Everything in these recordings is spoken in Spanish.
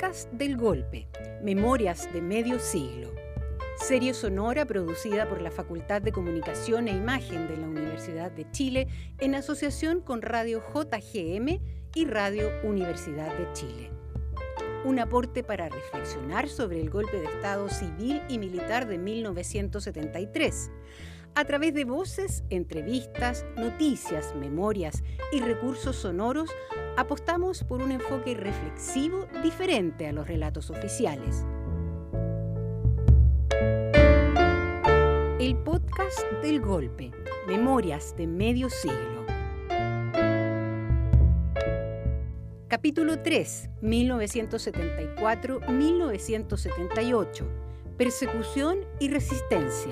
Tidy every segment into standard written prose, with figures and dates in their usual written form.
podcast del Golpe, Memorias de Medio Siglo. Serie sonora producida por la Facultad de Comunicación e Imagen de la Universidad de Chile en asociación con Radio JGM y Radio Universidad de Chile. Un aporte para reflexionar sobre el golpe de Estado civil y militar de 1973, a través de voces, entrevistas, noticias, memorias y recursos sonoros. Apostamos por un enfoque reflexivo diferente a los relatos oficiales. El podcast del Golpe, Memorias de Medio Siglo. Capítulo 3, 1974-1978. Persecución y resistencia.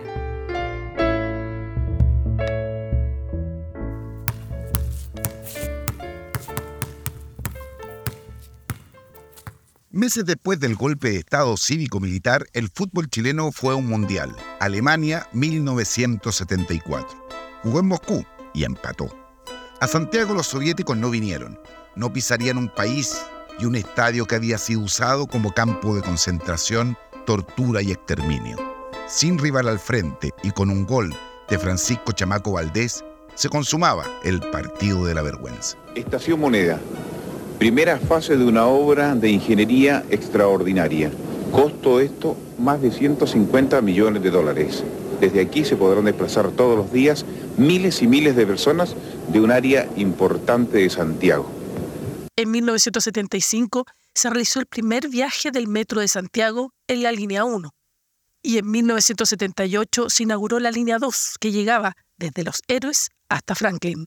Meses después del golpe de Estado cívico-militar, el fútbol chileno fue a un mundial, Alemania 1974. Jugó en Moscú y empató. A Santiago los soviéticos no vinieron, no pisarían un país y un estadio que había sido usado como campo de concentración, tortura y exterminio. Sin rival al frente y con un gol de Francisco Chamaco Valdés, se consumaba el partido de la vergüenza. Estación Moneda. Primera fase de una obra de ingeniería extraordinaria. Costo esto, más de 150 millones de dólares. Desde aquí se podrán desplazar todos los días miles y miles de personas de un área importante de Santiago. En 1975 se realizó el primer viaje del Metro de Santiago en la línea 1. Y en 1978 se inauguró la línea 2, que llegaba desde Los Héroes hasta Franklin.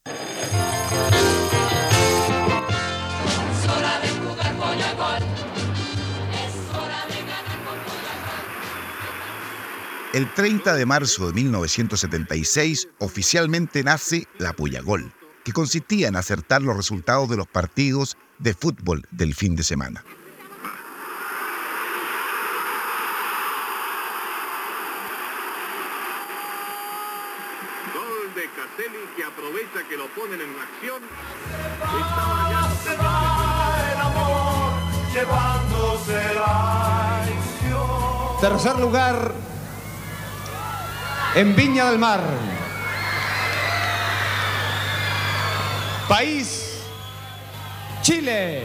El 30 de marzo de 1976 oficialmente nace la Puyagol, que consistía en acertar los resultados de los partidos de fútbol del fin de semana. Gol de Caselli, que aprovecha que lo ponen en acción. Se va el amor, llevándose la ilusión. Tercer lugar en Viña del Mar. País, Chile.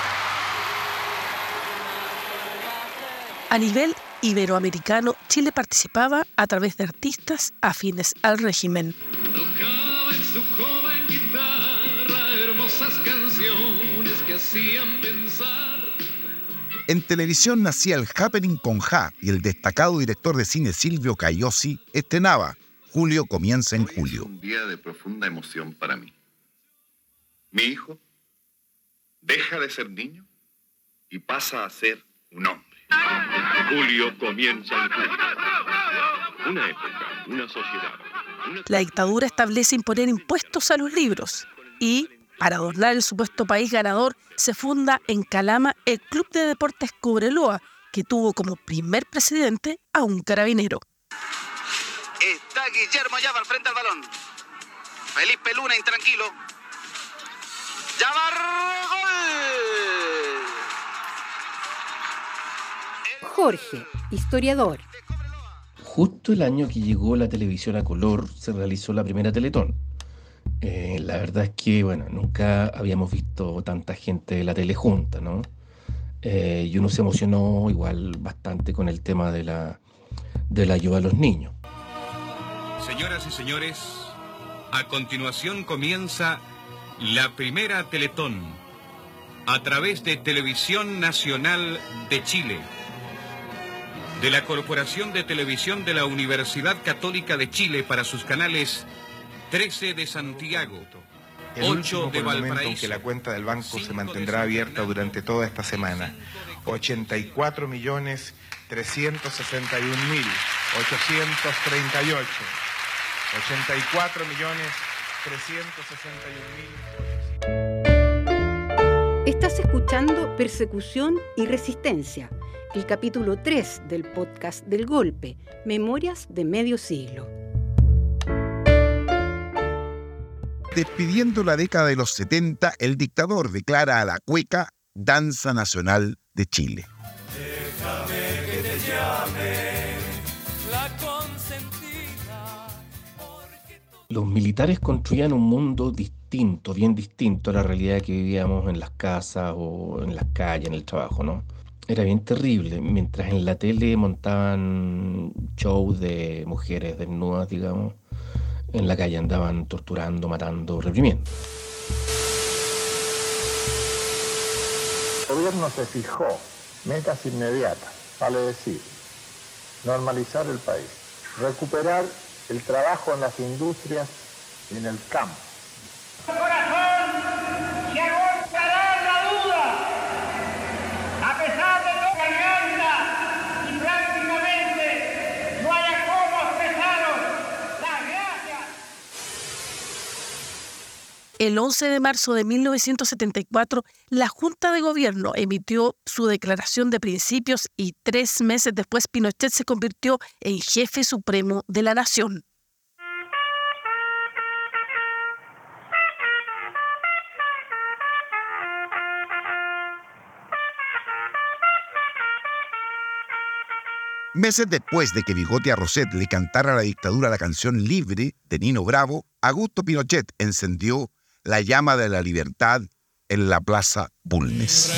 A nivel iberoamericano, Chile participaba a través de artistas afines al régimen. Tocaba en su joven guitarra hermosas canciones que hacían pensar. En televisión nacía el Happening con Ja y el destacado director de cine Silvio Cayosi estrenaba Julio comienza en julio. Hoy es un día de profunda emoción para mí. Mi hijo deja de ser niño y pasa a ser un hombre. Julio comienza en julio. Una época, una sociedad. La dictadura establece imponer impuestos a los libros y, para adornar el supuesto país ganador, se funda en Calama el Club de Deportes Cobreloa, que tuvo como primer presidente a un carabinero. Está Guillermo Yavar frente al balón. Felipe Luna intranquilo. Yavar, gol. Jorge, historiador. Justo el año que llegó la televisión a color se realizó la primera Teletón. La verdad es que, nunca habíamos visto tanta gente de la tele junta, ¿no? Y uno se emocionó igual bastante con el tema de la ayuda a los niños. Señoras y señores, a continuación comienza la primera Teletón a través de Televisión Nacional de Chile, de la Corporación de Televisión de la Universidad Católica de Chile para sus canales 13 de Santiago, 8 de Valparaíso, aunque la cuenta del banco se mantendrá abierta durante toda esta semana. 84.361.838. 84.361.000. Estás escuchando Persecución y Resistencia, el capítulo 3 del podcast del Golpe, Memorias de Medio Siglo. Despidiendo la década de los 70, el dictador declara a la cueca danza nacional de Chile. Déjame que te llame la consentida. Los militares construían un mundo distinto, bien distinto a la realidad que vivíamos en las casas o en las calles, en el trabajo, ¿no? Era bien terrible. Mientras en la tele montaban shows de mujeres desnudas, digamos, en la calle andaban torturando, matando, reprimiendo. El gobierno se fijó metas inmediatas, vale decir, normalizar el país, recuperar el trabajo en las industrias y en el campo. Corazón, se agolpará la duda, a pesar de toda garganta y prácticamente no haya cómo expresaros las gracias. El 11 de marzo de 1974, la Junta de Gobierno emitió su declaración de principios y 3 meses después Pinochet se convirtió en jefe supremo de la nación. Meses después de que Bigote Arroset le cantara a la dictadura la canción Libre de Nino Bravo, Augusto Pinochet encendió la llama de la libertad en la Plaza Bulnes.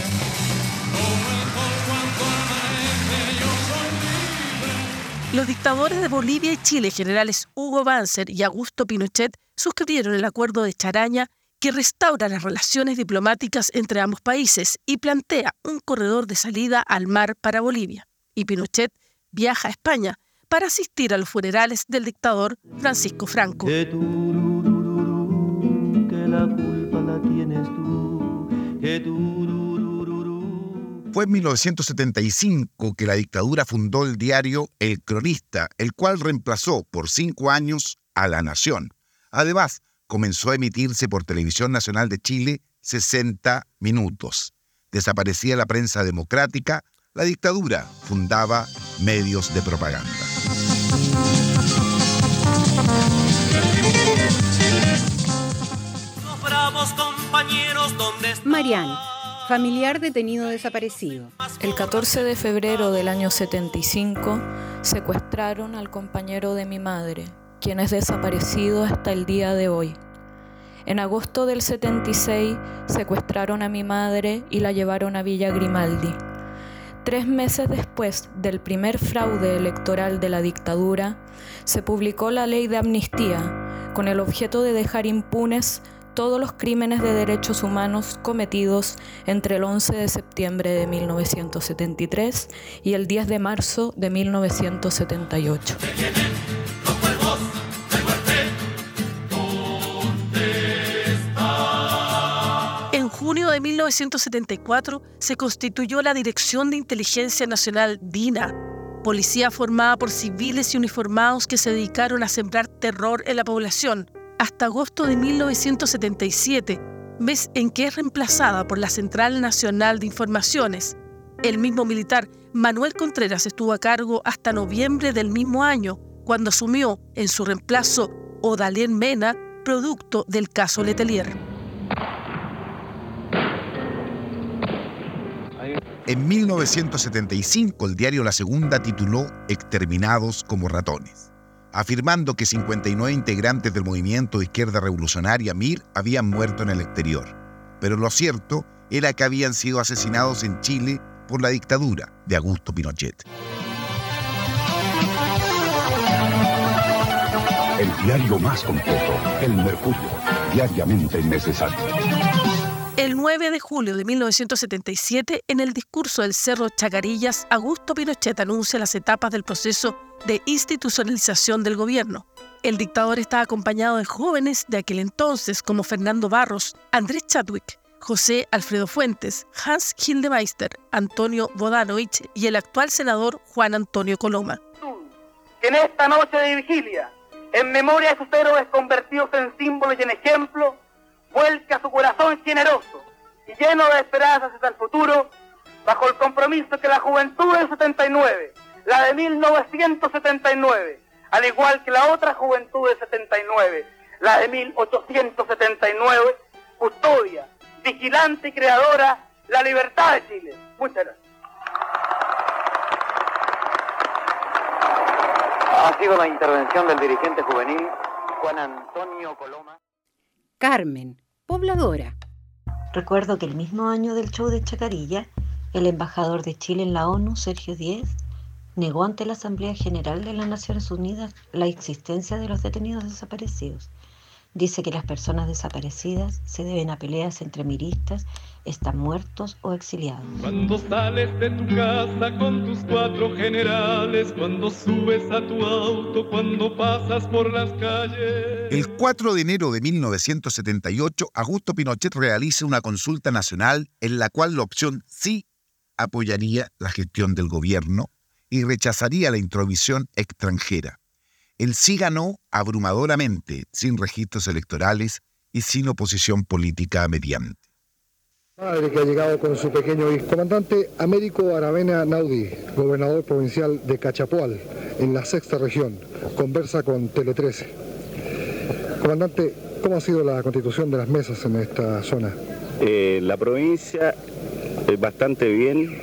Los dictadores de Bolivia y Chile, generales Hugo Banzer y Augusto Pinochet, suscribieron el Acuerdo de Charaña, que restaura las relaciones diplomáticas entre ambos países y plantea un corredor de salida al mar para Bolivia. Y Pinochet viaja a España para asistir a los funerales del dictador Francisco Franco. Que la culpa la tienes tú, que Fue en 1975 que la dictadura fundó el diario El Cronista, el cual reemplazó por 5 años a La Nación. Además, comenzó a emitirse por Televisión Nacional de Chile 60 minutos. Desaparecía la prensa democrática, la dictadura fundaba medios de propaganda. Marián, familiar detenido desaparecido. El 14 de febrero del año 75 secuestraron al compañero de mi madre, quien es desaparecido hasta el día de hoy. En agosto del 76 secuestraron a mi madre y la llevaron a Villa Grimaldi. 3 meses después del primer fraude electoral de la dictadura, se publicó la ley de amnistía, con el objeto de dejar impunes todos los crímenes de derechos humanos cometidos entre el 11 de septiembre de 1973 y el 10 de marzo de 1978. En junio de 1974 se constituyó la Dirección de Inteligencia Nacional DINA, policía formada por civiles y uniformados que se dedicaron a sembrar terror en la población, hasta agosto de 1977, mes en que es reemplazada por la Central Nacional de Informaciones. El mismo militar Manuel Contreras estuvo a cargo hasta noviembre del mismo año, cuando asumió en su reemplazo Odalén Mena, producto del caso Letelier. En 1975, el diario La Segunda tituló Exterminados como ratones, afirmando que 59 integrantes del movimiento de izquierda revolucionaria MIR habían muerto en el exterior. Pero lo cierto era que habían sido asesinados en Chile por la dictadura de Augusto Pinochet. El diario más completo, El Mercurio, diariamente necesario. El 9 de julio de 1977, en el discurso del Cerro Chacarillas, Augusto Pinochet anuncia las etapas del proceso de institucionalización del gobierno. El dictador está acompañado de jóvenes de aquel entonces como Fernando Barros, Andrés Chadwick, José Alfredo Fuentes, Hans Gildemeister, Antonio Bodanovich y el actual senador Juan Antonio Coloma. Que en esta noche de vigilia, en memoria de sus héroes convertidos en símbolos y en ejemplo, vuelca su corazón generoso y lleno de esperanzas hacia el futuro, bajo el compromiso que la juventud del 79, la de 1979, al igual que la otra juventud del 79, la de 1879, custodia, vigilante y creadora la libertad de Chile. Muchas gracias. Ha sido la intervención del dirigente juvenil Juan Antonio Coloma. Carmen, pobladora. Recuerdo que el mismo año del show de Chacarilla, el embajador de Chile en la ONU, Sergio Díez, negó ante la Asamblea General de las Naciones Unidas la existencia de los detenidos desaparecidos. Dice que las personas desaparecidas se deben a peleas entre miristas, están muertos o exiliados. Cuando sales de tu casa con tus 4 generales, cuando subes a tu auto, cuando pasas por las calles. El 4 de enero de 1978, Augusto Pinochet realiza una consulta nacional en la cual la opción sí apoyaría la gestión del gobierno y rechazaría la intromisión extranjera. El sí ganó abrumadoramente, sin registros electorales y sin oposición política mediante. Padre que ha llegado con su pequeño hijo. Comandante Américo Aravena Naudí, gobernador provincial de Cachapoal, en la 6ª región, conversa con Tele 13. Comandante, ¿cómo ha sido la constitución de las mesas en esta zona? La provincia bastante bien.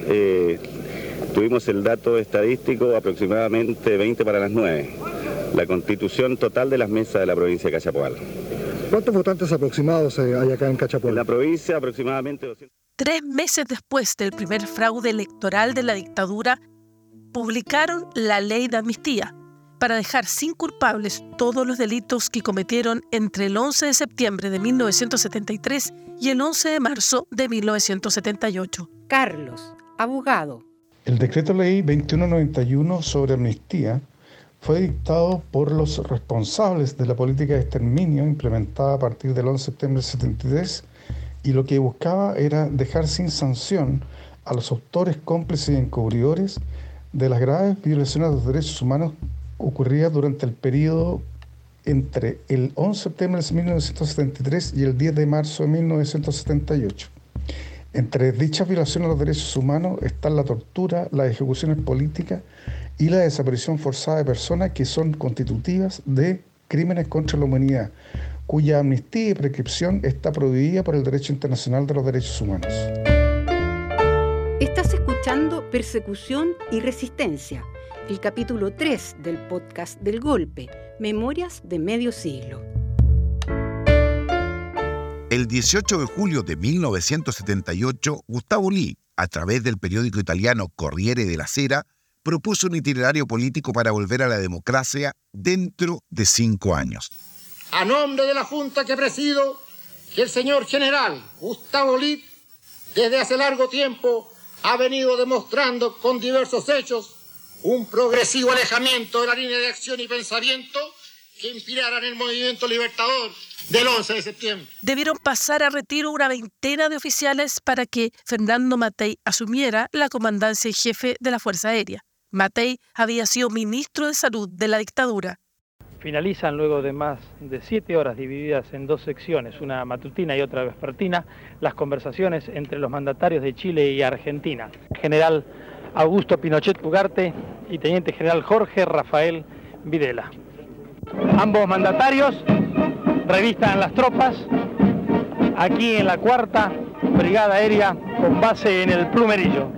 Tuvimos el dato estadístico aproximadamente 20 para las 9. La constitución total de las mesas de la provincia de Cachapoal. ¿Cuántos votantes aproximados hay acá en Cachapoal? En la provincia aproximadamente 200. 3 meses después del primer fraude electoral de la dictadura, publicaron la ley de amnistía para dejar sin culpables todos los delitos que cometieron entre el 11 de septiembre de 1973 y el 11 de marzo de 1978. Carlos, abogado. El decreto ley 2191 sobre amnistía fue dictado por los responsables de la política de exterminio implementada a partir del 11 de septiembre de 73 y lo que buscaba era dejar sin sanción a los autores, cómplices y encubridores de las graves violaciones de los derechos humanos ocurridas durante el periodo entre el 11 de septiembre de 1973 y el 10 de marzo de 1978. Entre dichas violaciones de los derechos humanos están la tortura, las ejecuciones políticas y la desaparición forzada de personas que son constitutivas de crímenes contra la humanidad, cuya amnistía y prescripción está prohibida por el derecho internacional de los derechos humanos. Estás escuchando Persecución y Resistencia, el capítulo 3 del podcast del Golpe, Memorias de Medio Siglo. El 18 de julio de 1978, Gustavo Lee, a través del periódico italiano Corriere della Sera, propuso un itinerario político para volver a la democracia dentro de 5 años. A nombre de la Junta que presido, que el señor general Gustavo Lee, desde hace largo tiempo, ha venido demostrando con diversos hechos un progresivo alejamiento de la línea de acción y pensamiento que inspiraran el movimiento libertador del 11 de septiembre. Debieron pasar a retiro una veintena de oficiales para que Fernando Matei asumiera la comandancia en jefe de la Fuerza Aérea. Matei había sido ministro de Salud de la dictadura. Finalizan luego de más de 7 horas divididas en 2 secciones, una matutina y otra vespertina, las conversaciones entre los mandatarios de Chile y Argentina. General Augusto Pinochet Ugarte y Teniente General Jorge Rafael Videla. Ambos mandatarios revistan las tropas aquí en la 4ª Brigada Aérea con base en el Plumerillo.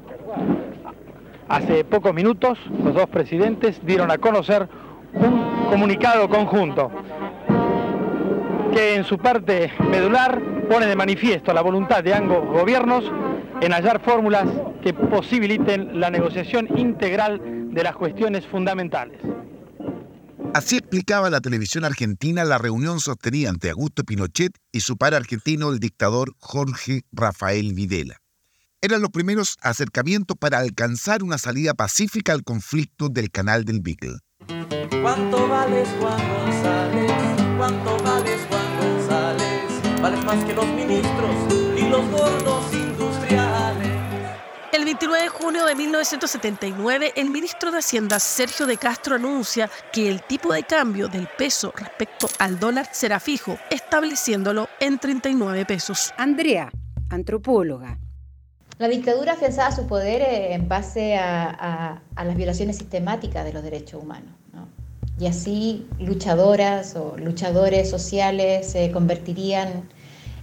Hace pocos minutos los 2 presidentes dieron a conocer un comunicado conjunto que en su parte medular pone de manifiesto la voluntad de ambos gobiernos en hallar fórmulas que posibiliten la negociación integral de las cuestiones fundamentales. Así explicaba la televisión argentina la reunión sostenida ante Augusto Pinochet y su par argentino, el dictador Jorge Rafael Videla. Eran los primeros acercamientos para alcanzar una salida pacífica al conflicto del Canal del Beagle. ¿Cuánto vales, Juan González? ¿Cuánto vales, Juan González? Vales más que los ministros y los gordos industriales. El 29 de junio de 1979, el ministro de Hacienda, Sergio de Castro, anuncia que el tipo de cambio del peso respecto al dólar será fijo, estableciéndolo en 39 pesos. Andrea, antropóloga. La dictadura afianzaba su poder en base a las violaciones sistemáticas de los derechos humanos, ¿no? Y así luchadoras o luchadores sociales se convertirían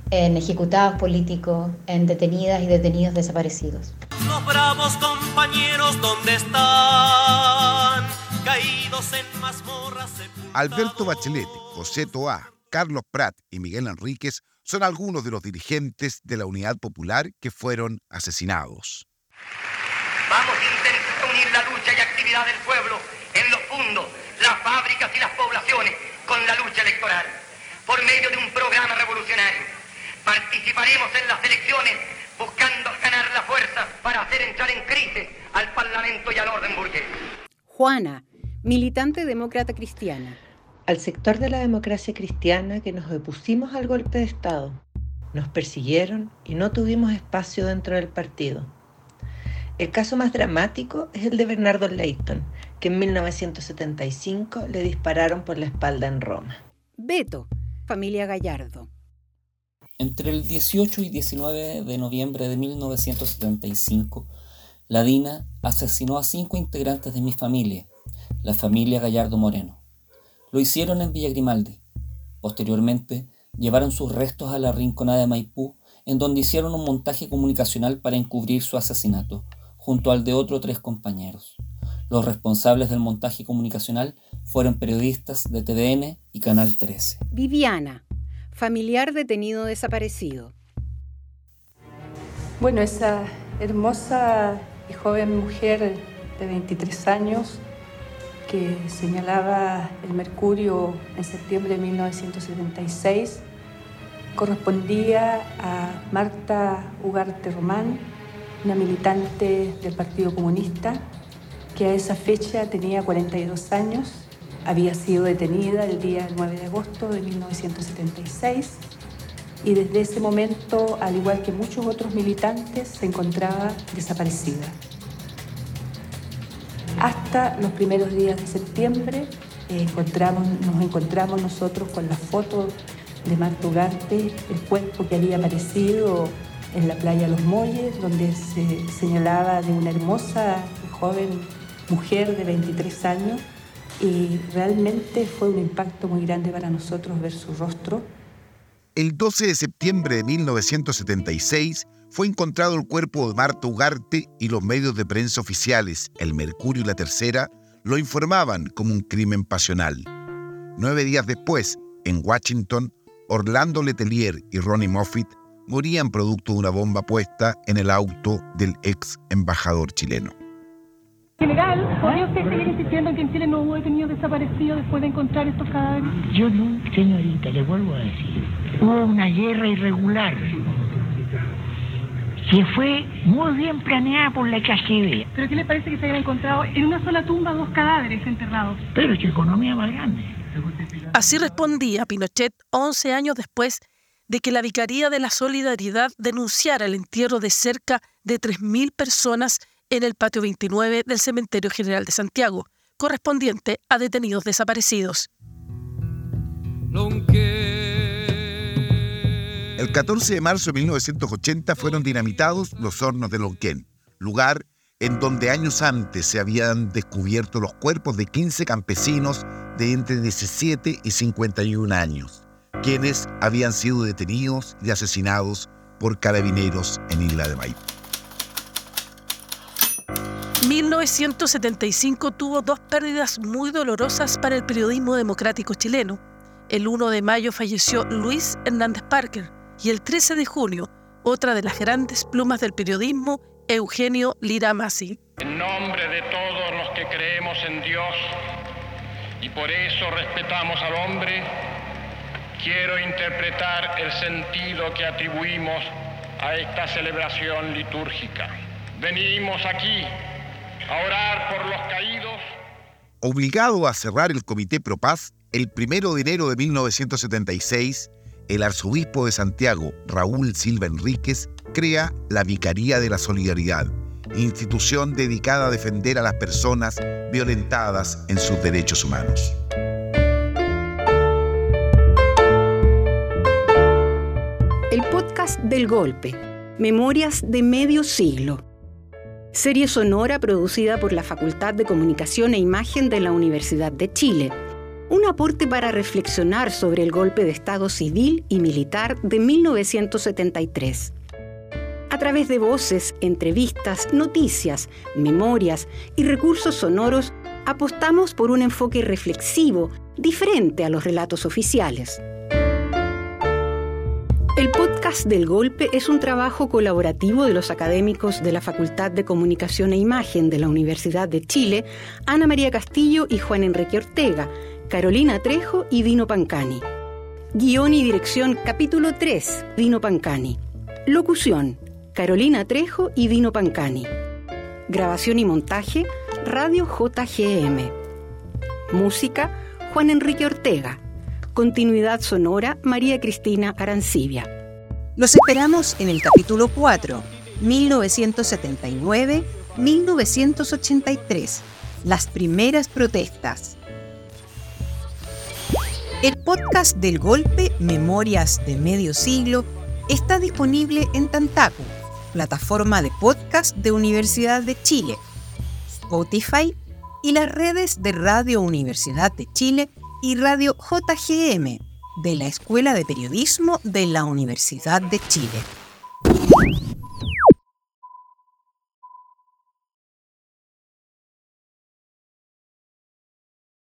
en ejecutados políticos, en detenidas y detenidos desaparecidos. Los bravos compañeros, ¿dónde están? Caídos en mazmorras. Alberto Bachelet, José Toá, Carlos Prat y Miguel Enríquez son algunos de los dirigentes de la Unidad Popular que fueron asesinados. Vamos a intentar unir la lucha y actividad del pueblo en los fundos, las fábricas y las poblaciones con la lucha electoral. Por medio de un programa revolucionario, participaremos en las elecciones buscando ganar la fuerza para hacer entrar en crisis al Parlamento y al orden burgués. Juana, militante demócrata cristiana. Al sector de la democracia cristiana que nos opusimos al golpe de Estado. Nos persiguieron y no tuvimos espacio dentro del partido. El caso más dramático es el de Bernardo Leighton, que en 1975 le dispararon por la espalda en Roma. Beto, familia Gallardo. Entre el 18 y 19 de noviembre de 1975, la DINA asesinó a 5 integrantes de mi familia, la familia Gallardo Moreno. Lo hicieron en Villa Grimaldi. Posteriormente, llevaron sus restos a la Rinconada de Maipú, en donde hicieron un montaje comunicacional para encubrir su asesinato, junto al de otros 3 compañeros. Los responsables del montaje comunicacional fueron periodistas de TVN y Canal 13. Viviana, familiar detenido desaparecido. Bueno, esa hermosa y joven mujer de 23 años que señalaba el Mercurio en septiembre de 1976 correspondía a Marta Ugarte Román, una militante del Partido Comunista que a esa fecha tenía 42 años, había sido detenida el día 9 de agosto de 1976 y desde ese momento, al igual que muchos otros militantes, se encontraba desaparecida. Hasta los primeros días de septiembre nos encontramos nosotros con la foto de Marta Ugarte, el cuerpo que había aparecido en la playa Los Molles, donde se señalaba de una hermosa y joven mujer de 23 años, y realmente fue un impacto muy grande para nosotros ver su rostro. El 12 de septiembre de 1976 fue encontrado el cuerpo de Marta Ugarte y los medios de prensa oficiales, El Mercurio y La Tercera, lo informaban como un crimen pasional. 9 días después, en Washington, Orlando Letelier y Ronnie Moffitt morían producto de una bomba puesta en el auto del ex embajador chileno. General, ¿podría usted seguir insistiendo en que en Chile no hubo detenidos desaparecidos después de encontrar estos cadáveres? Yo no, señorita, le vuelvo a decir. Hubo una guerra irregular que fue muy bien planeada por la KGB. ¿Pero qué le parece que se hayan encontrado en una sola tumba 2 cadáveres enterrados? Pero qué economía más grande. Así respondía Pinochet 11 años después de que la Vicaría de la Solidaridad denunciara el entierro de cerca de 3.000 personas en el patio 29 del Cementerio General de Santiago, correspondiente a detenidos desaparecidos. El 14 de marzo de 1980 fueron dinamitados los hornos de Lonquén, lugar en donde años antes se habían descubierto los cuerpos de 15 campesinos de entre 17 y 51 años, quienes habían sido detenidos y asesinados por carabineros en Isla de Maipú. 1975 tuvo 2 pérdidas muy dolorosas para el periodismo democrático chileno. El 1 de mayo falleció Luis Hernández Parker y el 13 de junio, otra de las grandes plumas del periodismo, Eugenio Lira Masi. En nombre de todos los que creemos en Dios y por eso respetamos al hombre, quiero interpretar el sentido que atribuimos a esta celebración litúrgica. Venimos aquí a orar por los caídos. Obligado a cerrar el Comité Pro Paz, el 1 de enero de 1976, el arzobispo de Santiago, Raúl Silva Enríquez, crea la Vicaría de la Solidaridad, institución dedicada a defender a las personas violentadas en sus derechos humanos. El podcast del Golpe, Memorias de Medio Siglo. Serie sonora producida por la Facultad de Comunicación e Imagen de la Universidad de Chile. un aporte para reflexionar sobre el golpe de Estado civil y militar de 1973. A través de voces, entrevistas, noticias, memorias y recursos sonoros, apostamos por un enfoque reflexivo, diferente a los relatos oficiales. El podcast del Golpe es un trabajo colaborativo de los académicos de la Facultad de Comunicación e Imagen de la Universidad de Chile, Ana María Castillo y Juan Enrique Ortega, Carolina Trejo y Dino Pancani. Guión y dirección capítulo 3, Dino Pancani. Locución, Carolina Trejo y Dino Pancani. Grabación y montaje, Radio JGM. Música, Juan Enrique Ortega. Continuidad sonora, María Cristina Arancibia. Los esperamos en el capítulo 4, 1979-1983, las primeras protestas. El podcast del Golpe, Memorias de Medio Siglo, está disponible en Tantaku, plataforma de podcast de Universidad de Chile, Spotify y las redes de Radio Universidad de Chile y Radio JGM de la Escuela de Periodismo de la Universidad de Chile.